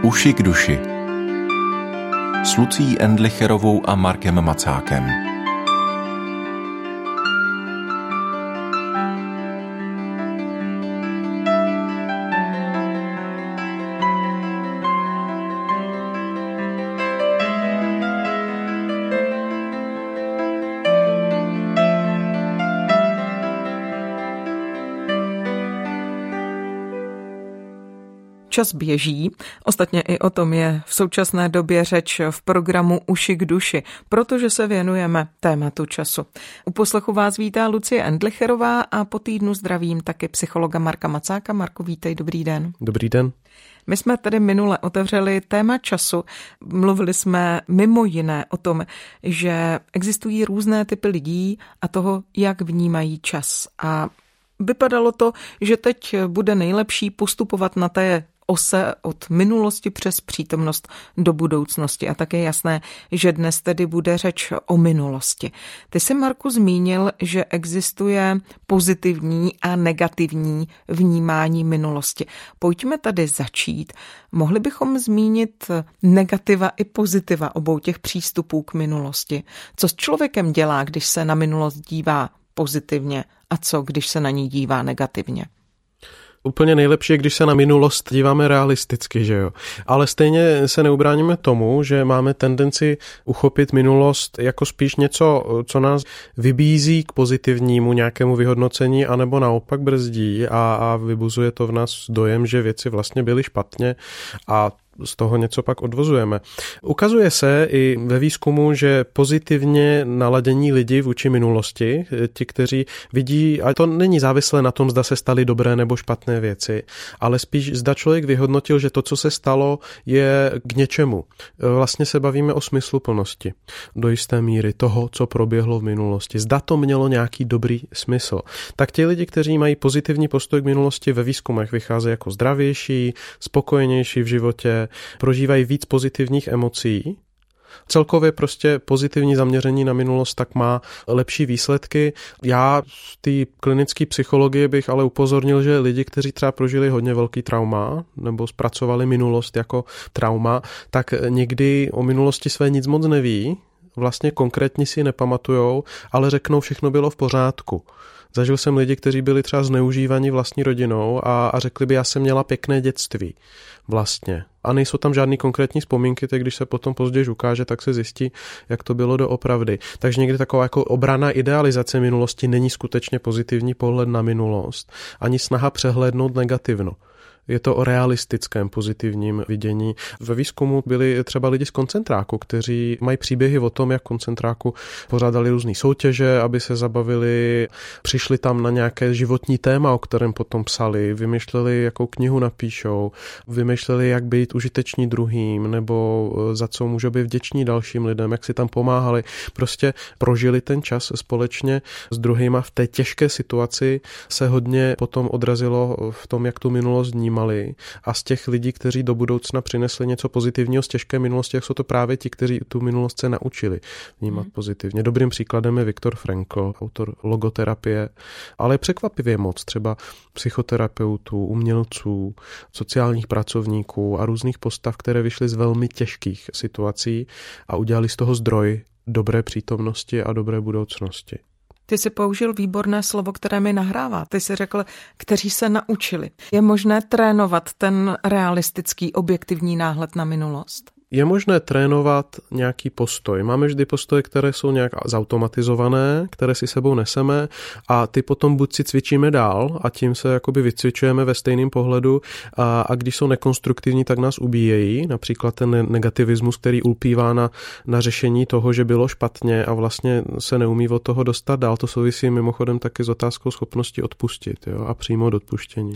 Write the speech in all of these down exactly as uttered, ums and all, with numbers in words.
Uši k duši s Lucií Endlicherovou a Markem Macákem. Čas běží, ostatně i o tom je v současné době řeč v programu Uši k duši, protože se věnujeme tématu času. U poslechu vás vítá Lucie Endlicherová a po týdnu zdravím taky psychologa Marka Macáka. Marku, vítej, dobrý den. Dobrý den. My jsme tedy minule otevřeli téma času. Mluvili jsme mimo jiné o tom, že existují různé typy lidí a toho, jak vnímají čas. A vypadalo to, že teď bude nejlepší postupovat na té ose od minulosti přes přítomnost do budoucnosti. A tak je jasné, že dnes tedy bude řeč o minulosti. Ty jsi, Marku, zmínil, že existuje pozitivní a negativní vnímání minulosti. Pojďme tady začít. Mohli bychom zmínit negativa i pozitiva obou těch přístupů k minulosti. Co s člověkem dělá, když se na minulost dívá pozitivně a co, když se na ní dívá negativně? Úplně nejlepší je, když se na minulost díváme realisticky, že jo. Ale stejně se neubráníme tomu, že máme tendenci uchopit minulost jako spíš něco, co nás vybízí k pozitivnímu nějakému vyhodnocení, anebo naopak brzdí a, a vybuzuje to v nás dojem, že věci vlastně byly špatně a z toho něco pak odvozujeme. Ukazuje se i ve výzkumu, že pozitivně naladění lidi vůči minulosti, ti, kteří vidí, a to není závislé na tom, zda se staly dobré nebo špatné věci, ale spíš zda člověk vyhodnotil, že to, co se stalo, je k něčemu. Vlastně se bavíme o smysluplnosti do jisté míry toho, co proběhlo v minulosti. Zda to mělo nějaký dobrý smysl. Tak ti lidi, kteří mají pozitivní postoj k minulosti, ve výzkumech vycházejí jako zdravější, spokojenější v životě, prožívají víc pozitivních emocí. Celkově prostě pozitivní zaměření na minulost tak má lepší výsledky. Já z té klinické psychologie bych ale upozornil, že lidi, kteří třeba prožili hodně velký trauma nebo zpracovali minulost jako trauma, tak někdy o minulosti své nic moc neví, vlastně konkrétně si nepamatujou, ale řeknou, všechno bylo v pořádku. Zažil jsem lidi, kteří byli třeba zneužívaní vlastní rodinou a, a řekli by, já jsem měla pěkné dětství vlastně. A nejsou tam žádný konkrétní vzpomínky, tak když se potom později ukáže, tak se zjistí, jak to bylo doopravdy. Takže někdy taková jako obrana idealizace minulosti není skutečně pozitivní pohled na minulost, ani snaha přehlédnout negativno. Je to o realistickém pozitivním vidění. Ve výzkumu byli třeba lidi z koncentráku, kteří mají příběhy o tom, jak v koncentráku pořádali různé soutěže, aby se zabavili, přišli tam na nějaké životní téma, o kterém potom psali, vymýšleli, jakou knihu napíšou, vymýšleli, jak být užiteční druhým, nebo za co můžou být vděční dalším lidem, jak si tam pomáhali. Prostě prožili ten čas společně s druhýma v té těžké situaci, se hodně potom odrazilo v tom, jak tu minulost vnímali. A z těch lidí, kteří do budoucna přinesli něco pozitivního z těžké minulosti, jak jsou to právě ti, kteří tu minulost se naučili vnímat hmm. pozitivně. Dobrým příkladem je Viktor Frankl, autor logoterapie, ale překvapivě moc třeba psychoterapeutů, umělců, sociálních pracovníků a různých postav, které vyšly z velmi těžkých situací a udělali z toho zdroj dobré přítomnosti a dobré budoucnosti. Ty jsi použil výborné slovo, které mi nahrává. Ty jsi řekl, kteří se naučili. Je možné trénovat ten realistický, objektivní náhled na minulost? Je možné trénovat nějaký postoj. Máme vždy postoje, které jsou nějak zautomatizované, které si sebou neseme a ty potom buď si cvičíme dál a tím se jakoby vycvičujeme ve stejném pohledu a, a když jsou nekonstruktivní, tak nás ubíjejí. Například ten negativismus, který ulpívá na, na řešení toho, že bylo špatně a vlastně se neumí od toho dostat dál. To souvisí mimochodem taky s otázkou schopnosti odpustit, jo, a přijmout odpuštění.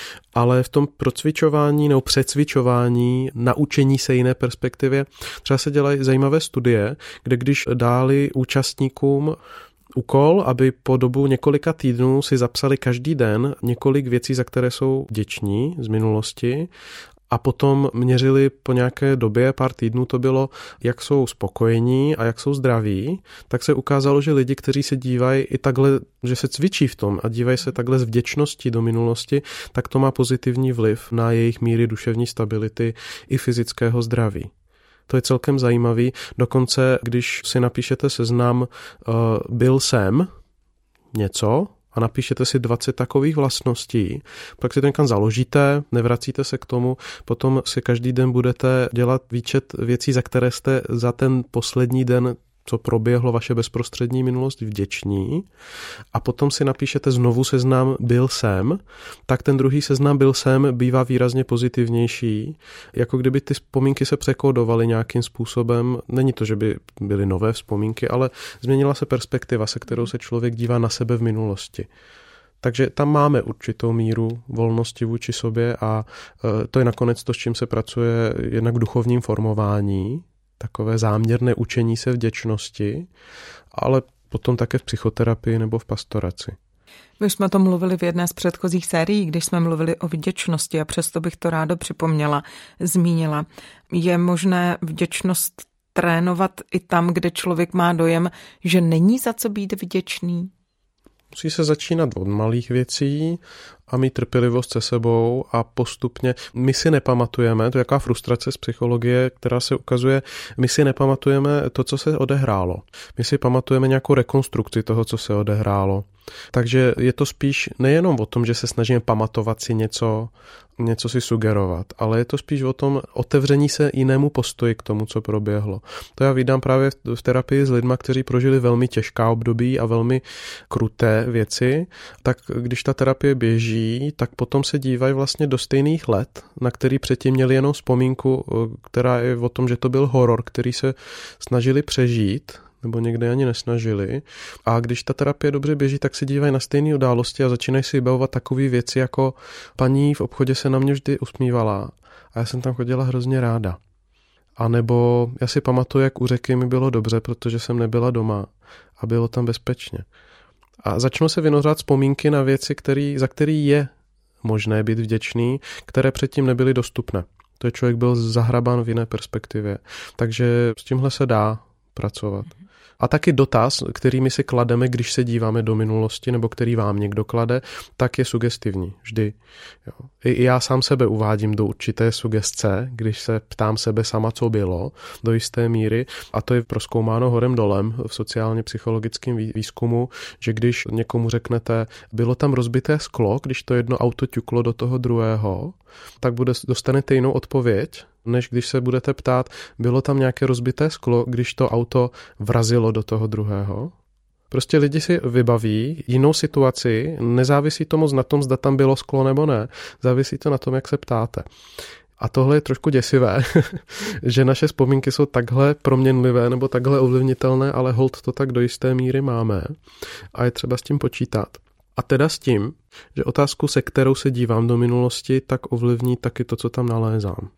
Ale v tom procvičování nebo přecvičování, naučení se jiné perspektivy, perspektivě. Třeba se dělají zajímavé studie, kde když dali účastníkům úkol, aby po dobu několika týdnů si zapsali každý den několik věcí, za které jsou vděční z minulosti a potom měřili po nějaké době, pár týdnů to bylo, jak jsou spokojení a jak jsou zdraví, tak se ukázalo, že lidi, kteří se dívají i takhle, že se cvičí v tom a dívají se takhle s vděčností do minulosti, tak to má pozitivní vliv na jejich míry duševní stability i fyzického zdraví. To je celkem zajímavý. Dokonce, když si napíšete seznam uh, byl jsem něco a napíšete si dvacet takových vlastností, pak si to někam založíte, nevracíte se k tomu, potom si každý den budete dělat výčet věcí, za které jste za ten poslední den, co proběhlo vaše bezprostřední minulost, vděční, a potom si napíšete znovu seznam byl jsem, tak ten druhý seznam byl jsem bývá výrazně pozitivnější, jako kdyby ty vzpomínky se překódovaly nějakým způsobem. Není to, že by byly nové vzpomínky, ale změnila se perspektiva, se kterou se člověk dívá na sebe v minulosti. Takže tam máme určitou míru volnosti vůči sobě a to je nakonec to, s čím se pracuje jednak v duchovním formování, takové záměrné učení se vděčnosti, ale potom také v psychoterapii nebo v pastoraci. My už jsme to mluvili v jedné z předchozích sérií, když jsme mluvili o vděčnosti a přesto bych to ráda připomněla, zmínila. Je možné vděčnost trénovat i tam, kde člověk má dojem, že není za co být vděčný? Musí se začínat od malých věcí a mít trpělivost se sebou a postupně. My si nepamatujeme, to je jaká frustrace z psychologie, která se ukazuje, my si nepamatujeme to, co se odehrálo. My si pamatujeme nějakou rekonstrukci toho, co se odehrálo. Takže je to spíš nejenom o tom, že se snažíme pamatovat si něco, něco si sugerovat, ale je to spíš o tom otevření se jinému postoji k tomu, co proběhlo. To já vídám právě v terapii s lidma, kteří prožili velmi těžká období a velmi kruté věci, tak když ta terapie běží, tak potom se dívají vlastně do stejných let, na který předtím měli jenom vzpomínku, která je o tom, že to byl horor, který se snažili přežít, nebo někde ani nesnažili. A když ta terapie dobře běží, tak se dívají na stejné události a začínají si vybavovat takové věci, jako paní v obchodě se na mě vždy usmívala a já jsem tam chodila hrozně ráda. A nebo já si pamatuju, jak u řeky mi bylo dobře, protože jsem nebyla doma a bylo tam bezpečně. A začnou se vynořovat vzpomínky na věci, který, za který je možné být vděčný, které předtím nebyly dostupné. To je člověk byl zahrabán v jiné perspektivě. Takže s tímhle se dá pracovat. A taky dotaz, který my si klademe, když se díváme do minulosti, nebo který vám někdo klade, tak je sugestivní. Vždy. Jo. I já sám sebe uvádím do určité sugestce, když se ptám sebe sama, co bylo, do jisté míry. A to je prozkoumáno horem dolem v sociálně psychologickém výzkumu, že když někomu řeknete, bylo tam rozbité sklo, když to jedno auto ťuklo do toho druhého, tak bude, dostanete jinou odpověď, než když se budete ptát, bylo tam nějaké rozbité sklo, když to auto vrazilo do toho druhého. Prostě lidi si vybaví jinou situaci, nezávisí to moc na tom, zda tam bylo sklo nebo ne, závisí to na tom, jak se ptáte. A tohle je trošku děsivé, že naše vzpomínky jsou takhle proměnlivé nebo takhle ovlivnitelné, ale hold to tak do jisté míry máme a je třeba s tím počítat. A teda s tím, že otázku, se kterou se dívám do minulosti, tak ovlivní taky to, co tam nalézám.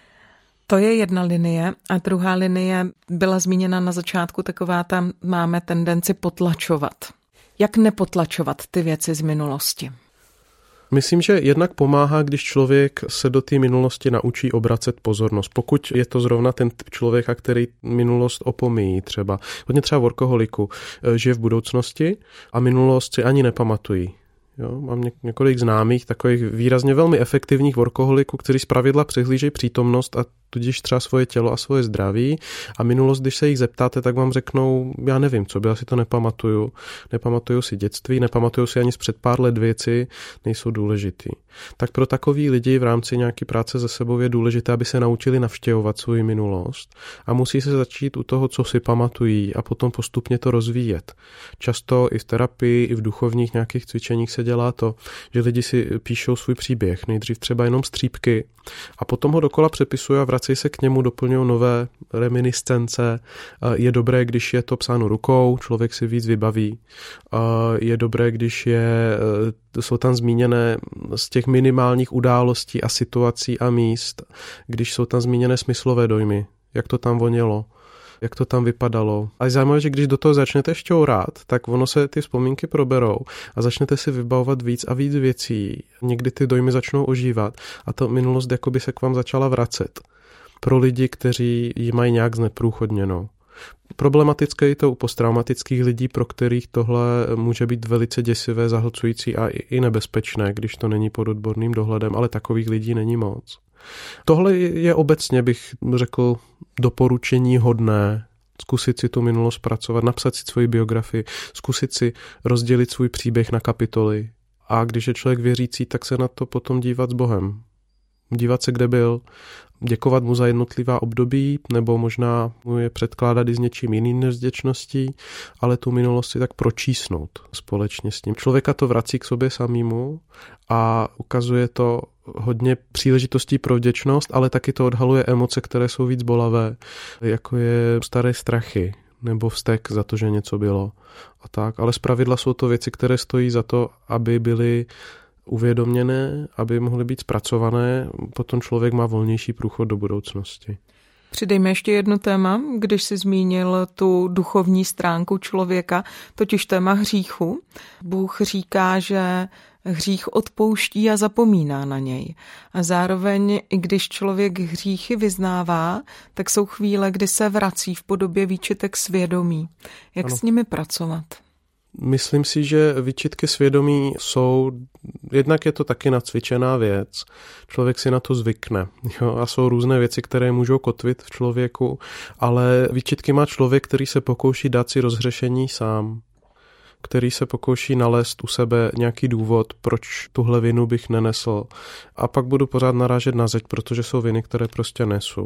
To je jedna linie a druhá linie byla zmíněna na začátku, taková tam máme tendenci potlačovat. Jak nepotlačovat ty věci z minulosti? Myslím, že jednak pomáhá, když člověk se do té minulosti naučí obracet pozornost. Pokud je to zrovna ten typ člověka, který minulost opomíjí třeba. Hodně třeba workoholiku žije v budoucnosti a minulost si ani nepamatují. Jo, mám několik známých takových výrazně velmi efektivních workoholiků, kteří zpravidla přehlížejí přítomnost a tudíž třeba svoje tělo a svoje zdraví a minulost, když se jich zeptáte, tak vám řeknou, já nevím, co by, já si to nepamatuju, nepamatuju si dětství, nepamatuju si ani z před pár let věci, nejsou důležitý. Tak pro takový lidi v rámci nějaké práce se sebou je důležité, aby se naučili navštěvovat svou minulost a musí se začít u toho, co si pamatují a potom postupně to rozvíjet. Často i v terapii, i v duchovních nějakých cvičeních se dělá to, že lidi si píšou svůj příběh, nejdřív třeba jenom střípky a potom ho dokola přepisují a vrací se k němu, doplňují nové reminiscence. Je dobré, když je to psáno rukou, člověk si víc vybaví. Je dobré, když je, jsou tam zmíněné z těch minimálních událostí a situací a míst, když jsou tam zmíněné smyslové dojmy, jak to tam vonělo, jak to tam vypadalo. A je zajímavé, že když do toho začnete šťourat, tak ono se ty vzpomínky proberou a začnete si vybavovat víc a víc věcí. Někdy ty dojmy začnou ožívat a ta minulost jakoby se k vám začala vracet. Pro lidi, kteří ji mají nějak zneprůchodněnou. Problematické je to u posttraumatických lidí, pro kterých tohle může být velice děsivé, zahlcující a i nebezpečné, když to není pod odborným dohledem, ale takových lidí není moc. Tohle je obecně, bych řekl, doporučení hodné. Zkusit si tu minulost pracovat, napsat si svoji biografii, zkusit si rozdělit svůj příběh na kapitoly. A když je člověk věřící, tak se na to potom dívat s Bohem. Dívat se, kde byl, děkovat mu za jednotlivá období, nebo možná mu je předkládat i s něčím jiným než vděčností, ale tu minulost si tak pročísnout společně s ním. Člověka to vrací k sobě samému a ukazuje to hodně příležitostí pro vděčnost, ale taky to odhaluje emoce, které jsou víc bolavé, jako je staré strachy nebo vztek za to, že něco bylo a tak. Ale zpravidla jsou to věci, které stojí za to, aby byly uvědoměné, aby mohly být zpracované, potom člověk má volnější průchod do budoucnosti. Přidejme ještě jedno téma, když jsi zmínil tu duchovní stránku člověka, totiž téma hříchu. Bůh říká, že hřích odpouští a zapomíná na něj. A zároveň, i když člověk hříchy vyznává, tak jsou chvíle, kdy se vrací v podobě výčitek svědomí. Jak ano. s nimi pracovat? Myslím si, že výčitky svědomí jsou, jednak je to taky nacvičená věc, člověk si na to zvykne, jo? A jsou různé věci, které můžou kotvit v člověku, ale výčitky má člověk, který se pokouší dát si rozhřešení sám, který se pokouší nalézt u sebe nějaký důvod, proč tuhle vinu bych nenesl. A pak budu pořád narážet na zeď, protože jsou viny, které prostě nesu.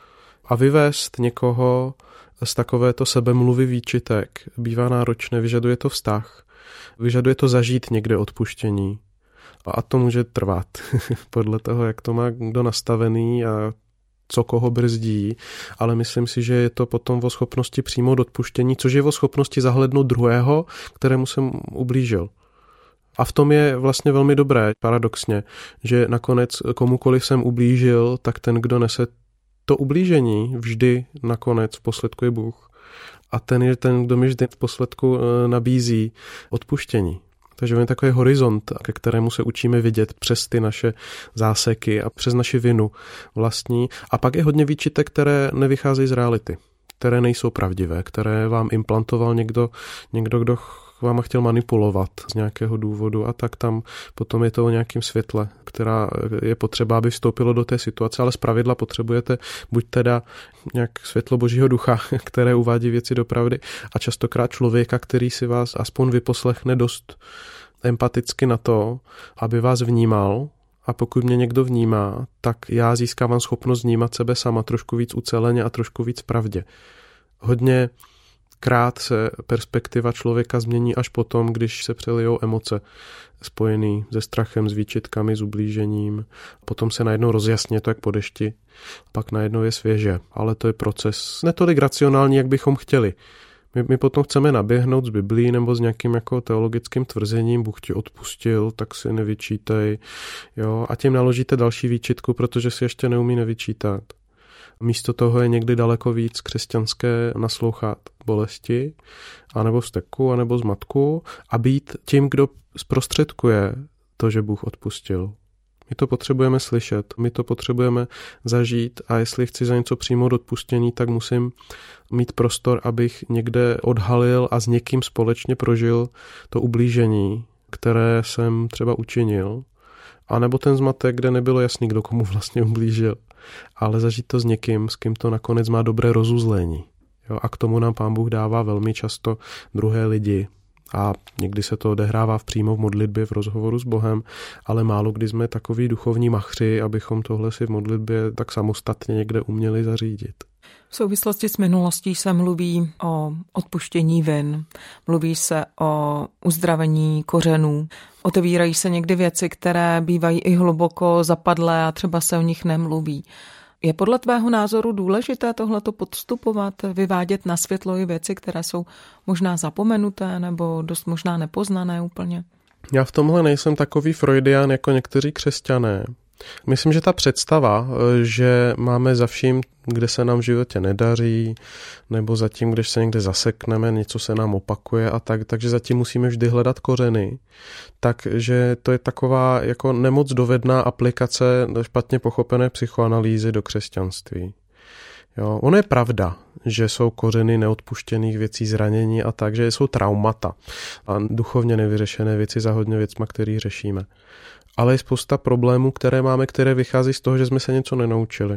A vyvést někoho z takovéto sebemluvy výčitek bývá náročné, vyžaduje to vztah, vyžaduje to zažít někde odpuštění. A to může trvat podle toho, jak to má kdo nastavený a co koho brzdí, ale myslím si, že je to potom o schopnosti přijmout odpuštění, což je o schopnosti zahlednout druhého, kterému jsem ublížil. A v tom je vlastně velmi dobré, paradoxně, že nakonec komukoliv jsem ublížil, tak ten, kdo nese to ublížení, vždy nakonec v posledku je Bůh. A ten je ten, kdo mi vždy v posledku nabízí odpuštění. Takže je takový horizont, ke kterému se učíme vidět přes ty naše záseky a přes naši vinu vlastní. A pak je hodně výčitek, které nevycházejí z reality, které nejsou pravdivé, které vám implantoval někdo, někdo, kdo váma chtěl manipulovat z nějakého důvodu a tak tam potom je to o nějakém světle, která je potřeba, aby vstoupilo do té situace, ale zpravidla potřebujete buď teda nějak světlo Božího ducha, které uvádí věci do pravdy a častokrát člověka, který si vás aspoň vyposlechne dost empaticky na to, aby vás vnímal. A pokud mě někdo vnímá, tak já získávám schopnost vnímat sebe sama trošku víc uceleně a trošku víc v pravdě. Hodně krát se perspektiva člověka změní až potom, když se přelijou emoce spojený se strachem, s výčitkami, s ublížením. Potom se najednou rozjasně to jak po dešti, pak najednou je svěže. Ale to je proces netolik racionální, jak bychom chtěli. My, my potom chceme naběhnout z Biblí nebo s nějakým jako teologickým tvrzením, Bůh ti odpustil, tak si nevyčítej. Jo? A tím naložíte další výčitku, protože si ještě neumí nevyčítat. Místo toho je někdy daleko víc křesťanské naslouchat bolesti, anebo vzteku, anebo zmatku a být tím, kdo zprostředkuje to, že Bůh odpustil. My to potřebujeme slyšet, my to potřebujeme zažít a jestli chci za něco přijmout odpuštění, tak musím mít prostor, abych někde odhalil a s někým společně prožil to ublížení, které jsem třeba učinil, anebo ten zmatek, kde nebylo jasný, kdo komu vlastně ublížil. Ale zažít to s někým, s kým to nakonec má dobré rozuzlení. Jo, a k tomu nám Pán Bůh dává velmi často druhé lidi. A někdy se to odehrává v přímo v modlitbě, v rozhovoru s Bohem, ale málo kdy jsme takoví duchovní machři, abychom tohle si v modlitbě tak samostatně někde uměli zařídit. V souvislosti s minulostí se mluví o odpuštění vin, mluví se o uzdravení kořenů, otevírají se někdy věci, které bývají i hluboko zapadlé a třeba se o nich nemluví. Je podle tvého názoru důležité tohleto podstupovat, vyvádět na světlo i věci, které jsou možná zapomenuté nebo dost možná nepoznané úplně? Já v tomhle nejsem takový freudián jako někteří křesťané. Myslím, že ta představa, že máme za vším, kde se nám v životě nedaří, nebo za tím, když se někde zasekneme, něco se nám opakuje a tak, takže zatím musíme vždy hledat kořeny. Takže to je taková jako nemoc dovedná aplikace špatně pochopené psychoanalýzy do křesťanství. Jo, ono je pravda, že jsou kořeny neodpuštěných věcí, zranění a tak, že jsou traumata a duchovně nevyřešené věci za hodně věcma, které řešíme. Ale je spousta problémů, které máme, které vychází z toho, že jsme se něco nenaučili.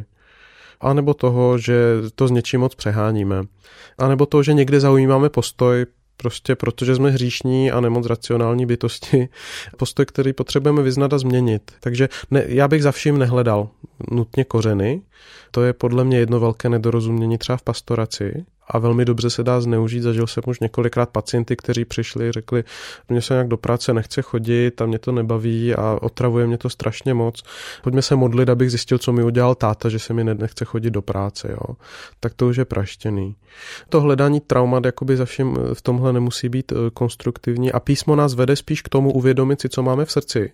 A nebo toho, že to s něčím moc přeháníme. A nebo toho, že někde zaujímáme postoj, prostě protože jsme hříšní a nemoc racionální bytosti, postoj, který potřebujeme vyznat a změnit. Takže ne, já bych za vším nehledal nutně kořeny. To je podle mě jedno velké nedorozumění třeba v pastoraci a velmi dobře se dá zneužít. Zažil jsem už několikrát pacienty, kteří přišli, řekli, mě se nějak do práce nechce chodit a mě to nebaví a otravuje mě to strašně moc. Pojďme se modlit, abych zjistil, co mi udělal táta, že se mi nechce chodit do práce. Jo. Tak to už je praštěný. To hledání traumat jakoby za vším v tomhle nemusí být konstruktivní a písmo nás vede spíš k tomu uvědomit si, co máme v srdci.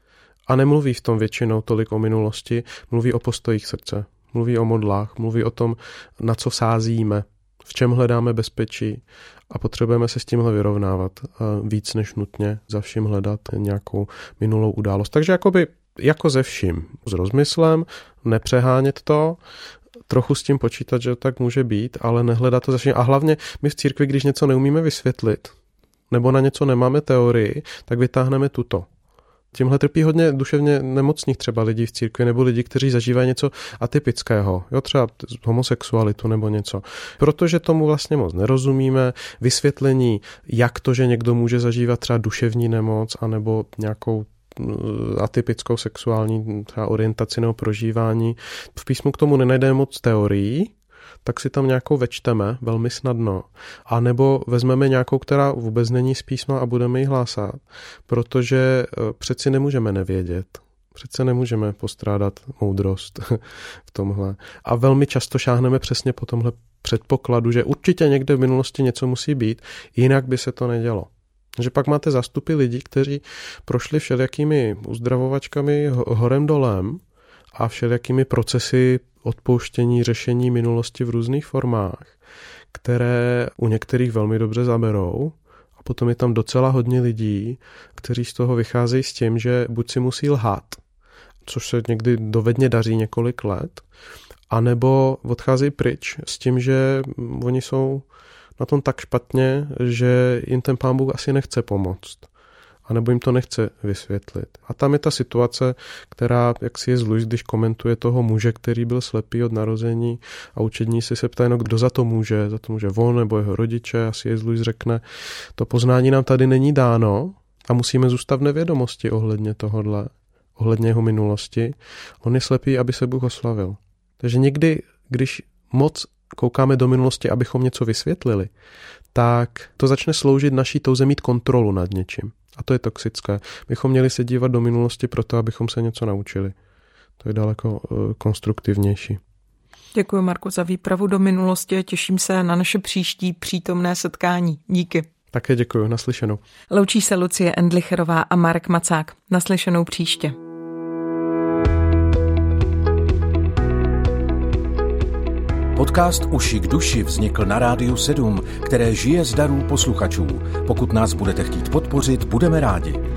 A nemluví v tom většinou tolik o minulosti, mluví o postojích srdce, mluví o modlách, mluví o tom, na co sázíme, v čem hledáme bezpečí a potřebujeme se s tímhle vyrovnávat víc než nutně za vším hledat nějakou minulou událost. Takže jakoby jako ze vším, s rozmyslem, nepřehánět to, trochu s tím počítat, že tak může být, ale nehledat to za vším. A hlavně my v církvi, když něco neumíme vysvětlit, nebo na něco nemáme teorii, tak vytáhneme tuto. Tímhle trpí hodně duševně nemocných třeba lidí v církvi nebo lidi, kteří zažívají něco atypického, jo, třeba homosexualitu nebo něco. Protože tomu vlastně moc nerozumíme, vysvětlení, jak to, že někdo může zažívat třeba duševní nemoc anebo nějakou atypickou sexuální třeba orientaci nebo prožívání. V písmu k tomu nenajdeme moc teorií, tak si tam nějakou večteme velmi snadno. A nebo vezmeme nějakou, která vůbec není z písma a budeme ji hlásat. Protože přeci nemůžeme nevědět. Přece nemůžeme postrádat moudrost v tomhle. A velmi často šáhneme přesně po tomhle předpokladu, že určitě někde v minulosti něco musí být, jinak by se to nedělo. Že pak máte zástupy lidí, kteří prošli všelijakými uzdravovačkami horem dolem a všelijakými procesy odpouštění, řešení minulosti v různých formách, které u některých velmi dobře zaberou a potom je tam docela hodně lidí, kteří z toho vycházejí s tím, že buď si musí lhát, což se někdy dovedně daří několik let, anebo odcházejí pryč s tím, že oni jsou na tom tak špatně, že jim ten Pán Bůh asi nechce pomoct. A nebo jim to nechce vysvětlit. A tam je ta situace, která, jak si je Lewis, když komentuje toho muže, který byl slepý od narození a učedníci se ptají, no kdo za to může, za to může on nebo jeho rodiče, asi je Lewis řekne, to poznání nám tady není dáno a musíme zůstat v nevědomosti ohledně tohodle, ohledně jeho minulosti. On je slepý, aby se Bůh oslavil. Takže někdy, když moc koukáme do minulosti, abychom něco vysvětlili, tak to začne sloužit naší touze mít kontrolu nad něčím. A to je toxické. Bychom měli se dívat do minulosti proto, abychom se něco naučili. To je daleko uh, konstruktivnější. Děkuji, Marku, za výpravu do minulosti a těším se na naše příští přítomné setkání. Díky. Také děkuji. Naslyšenou. Loučí se Lucie Endlicherová a Marek Macák. Naslyšenou příště. Podcast Uši k duši vznikl na Rádiu sedm, které žije z darů posluchačů. Pokud nás budete chtít podpořit, budeme rádi.